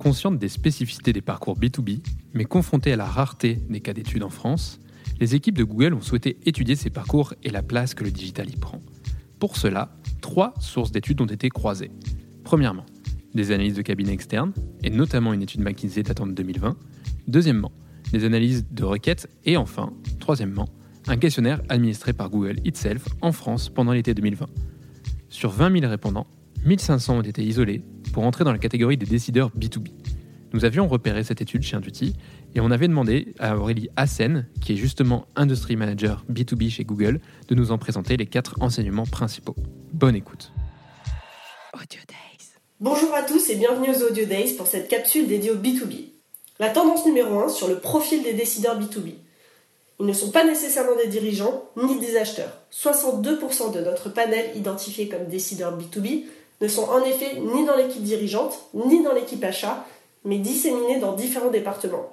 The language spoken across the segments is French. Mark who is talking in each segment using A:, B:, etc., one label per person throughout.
A: Consciente des spécificités des parcours B2B, mais confrontée à la rareté des cas d'études en France, les équipes de Google ont souhaité étudier ces parcours et la place que le digital y prend. Pour cela, 3 sources d'études ont été croisées. Premièrement, des analyses de cabinets externes, et notamment une étude McKinsey datant de 2020. Deuxièmement, des analyses de requêtes. Et enfin, troisièmement, un questionnaire administré par Google Itself en France pendant l'été 2020. Sur 20 000 répondants, 1500 ont été isolés pour entrer dans la catégorie des décideurs B2B. Nous avions repéré cette étude chez Intuiti et on avait demandé à Aurélie Hassen, qui est justement Industry Manager B2B chez Google, de nous en présenter les 4 enseignements principaux. Bonne écoute.
B: Audio Days. Bonjour à tous et bienvenue aux Audio Days pour cette capsule dédiée au B2B. La tendance numéro 1 sur le profil des décideurs B2B. Ils ne sont pas nécessairement des dirigeants ni des acheteurs. 62% de notre panel identifié comme décideurs B2B ne sont en effet ni dans l'équipe dirigeante ni dans l'équipe achat, mais disséminés dans différents départements.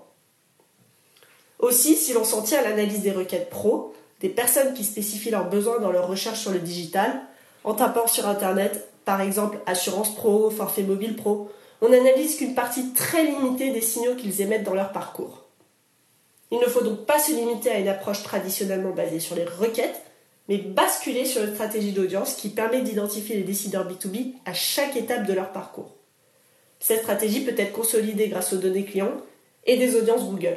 B: Aussi, si l'on s'en tient à l'analyse des requêtes pro, des personnes qui spécifient leurs besoins dans leur recherche sur le digital, en tapant sur Internet, par exemple assurance pro, forfait mobile pro, on n'analyse qu'une partie très limitée des signaux qu'ils émettent dans leur parcours. Il ne faut donc pas se limiter à une approche traditionnellement basée sur les requêtes, mais basculer sur une stratégie d'audience qui permet d'identifier les décideurs B2B à chaque étape de leur parcours. Cette stratégie peut être consolidée grâce aux données clients et des audiences Google.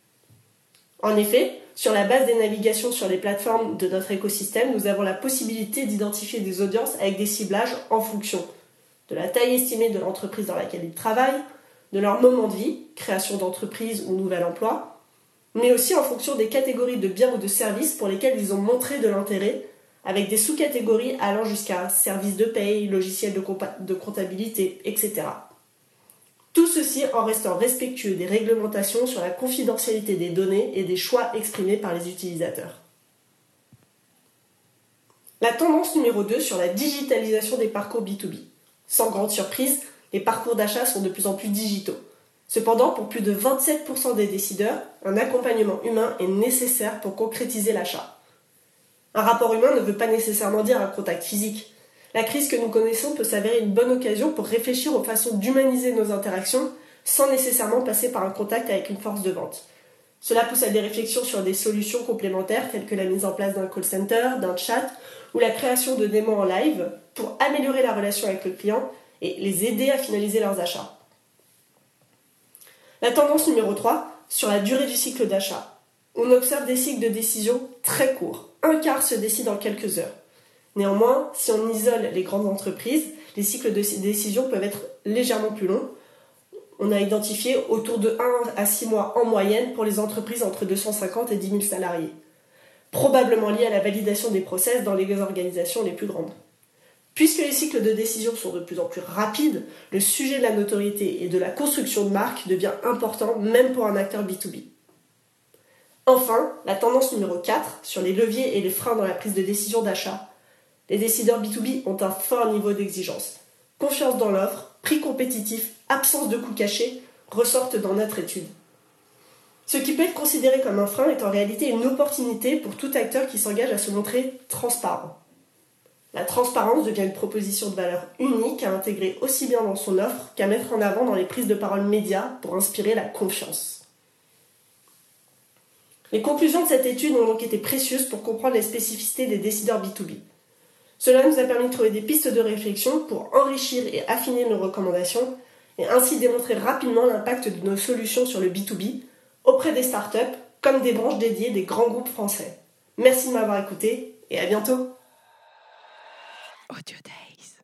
B: En effet, sur la base des navigations sur les plateformes de notre écosystème, nous avons la possibilité d'identifier des audiences avec des ciblages en fonction de la taille estimée de l'entreprise dans laquelle ils travaillent, de leur moment de vie, création d'entreprise ou nouvel emploi, mais aussi en fonction des catégories de biens ou de services pour lesquels ils ont montré de l'intérêt, avec des sous-catégories allant jusqu'à services de paye, logiciels de comptabilité, etc. Tout ceci en restant respectueux des réglementations sur la confidentialité des données et des choix exprimés par les utilisateurs. La tendance numéro 2 sur la digitalisation des parcours B2B. Sans grande surprise, les parcours d'achat sont de plus en plus digitaux. Cependant, pour plus de 27% des décideurs, un accompagnement humain est nécessaire pour concrétiser l'achat. Un rapport humain ne veut pas nécessairement dire un contact physique. La crise que nous connaissons peut s'avérer une bonne occasion pour réfléchir aux façons d'humaniser nos interactions sans nécessairement passer par un contact avec une force de vente. Cela pousse à des réflexions sur des solutions complémentaires telles que la mise en place d'un call center, d'un chat ou la création de démos en live pour améliorer la relation avec le client et les aider à finaliser leurs achats. La tendance numéro 3, sur la durée du cycle d'achat. On observe des cycles de décision très courts. Un quart se décide en quelques heures. Néanmoins, si on isole les grandes entreprises, les cycles de décision peuvent être légèrement plus longs. On a identifié autour de 1 à 6 mois en moyenne pour les entreprises entre 250 et 10 000 salariés, probablement lié à la validation des process dans les organisations les plus grandes. Puisque les cycles de décision sont de plus en plus rapides, le sujet de la notoriété et de la construction de marque devient important même pour un acteur B2B. Enfin, la tendance numéro 4 sur les leviers et les freins dans la prise de décision d'achat. Les décideurs B2B ont un fort niveau d'exigence. Confiance dans l'offre, prix compétitif, absence de coûts cachés ressortent dans notre étude. Ce qui peut être considéré comme un frein est en réalité une opportunité pour tout acteur qui s'engage à se montrer transparent. La transparence devient une proposition de valeur unique à intégrer aussi bien dans son offre qu'à mettre en avant dans les prises de parole médias pour inspirer la confiance. Les conclusions de cette étude ont donc été précieuses pour comprendre les spécificités des décideurs B2B. Cela nous a permis de trouver des pistes de réflexion pour enrichir et affiner nos recommandations et ainsi démontrer rapidement l'impact de nos solutions sur le B2B auprès des startups comme des branches dédiées des grands groupes français. Merci de m'avoir écouté et à bientôt.
C: Audio Days.